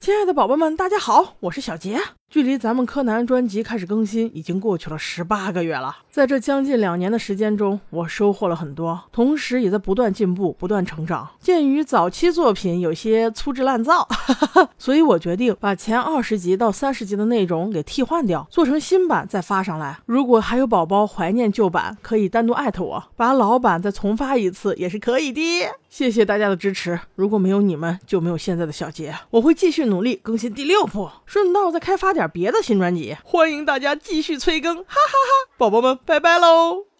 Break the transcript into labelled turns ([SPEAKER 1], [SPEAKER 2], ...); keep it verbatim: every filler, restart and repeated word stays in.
[SPEAKER 1] 亲爱的宝宝们，大家好，我是小杰。距离咱们柯南专辑开始更新已经过去了十八个月了，在这将近两年的时间中，我收获了很多，同时也在不断进步，不断成长。鉴于早期作品有些粗制滥造，所以我决定把前二十集到三十集的内容给替换掉，做成新版再发上来。如果还有宝宝怀念旧版，可以单独艾特我，把老版再重发一次也是可以的。谢谢大家的支持，如果没有你们，就没有现在的小杰。我会继续努力更新第六部，顺道再开发点别的新专辑，欢迎大家继续催更，哈哈哈！宝宝们，拜拜喽！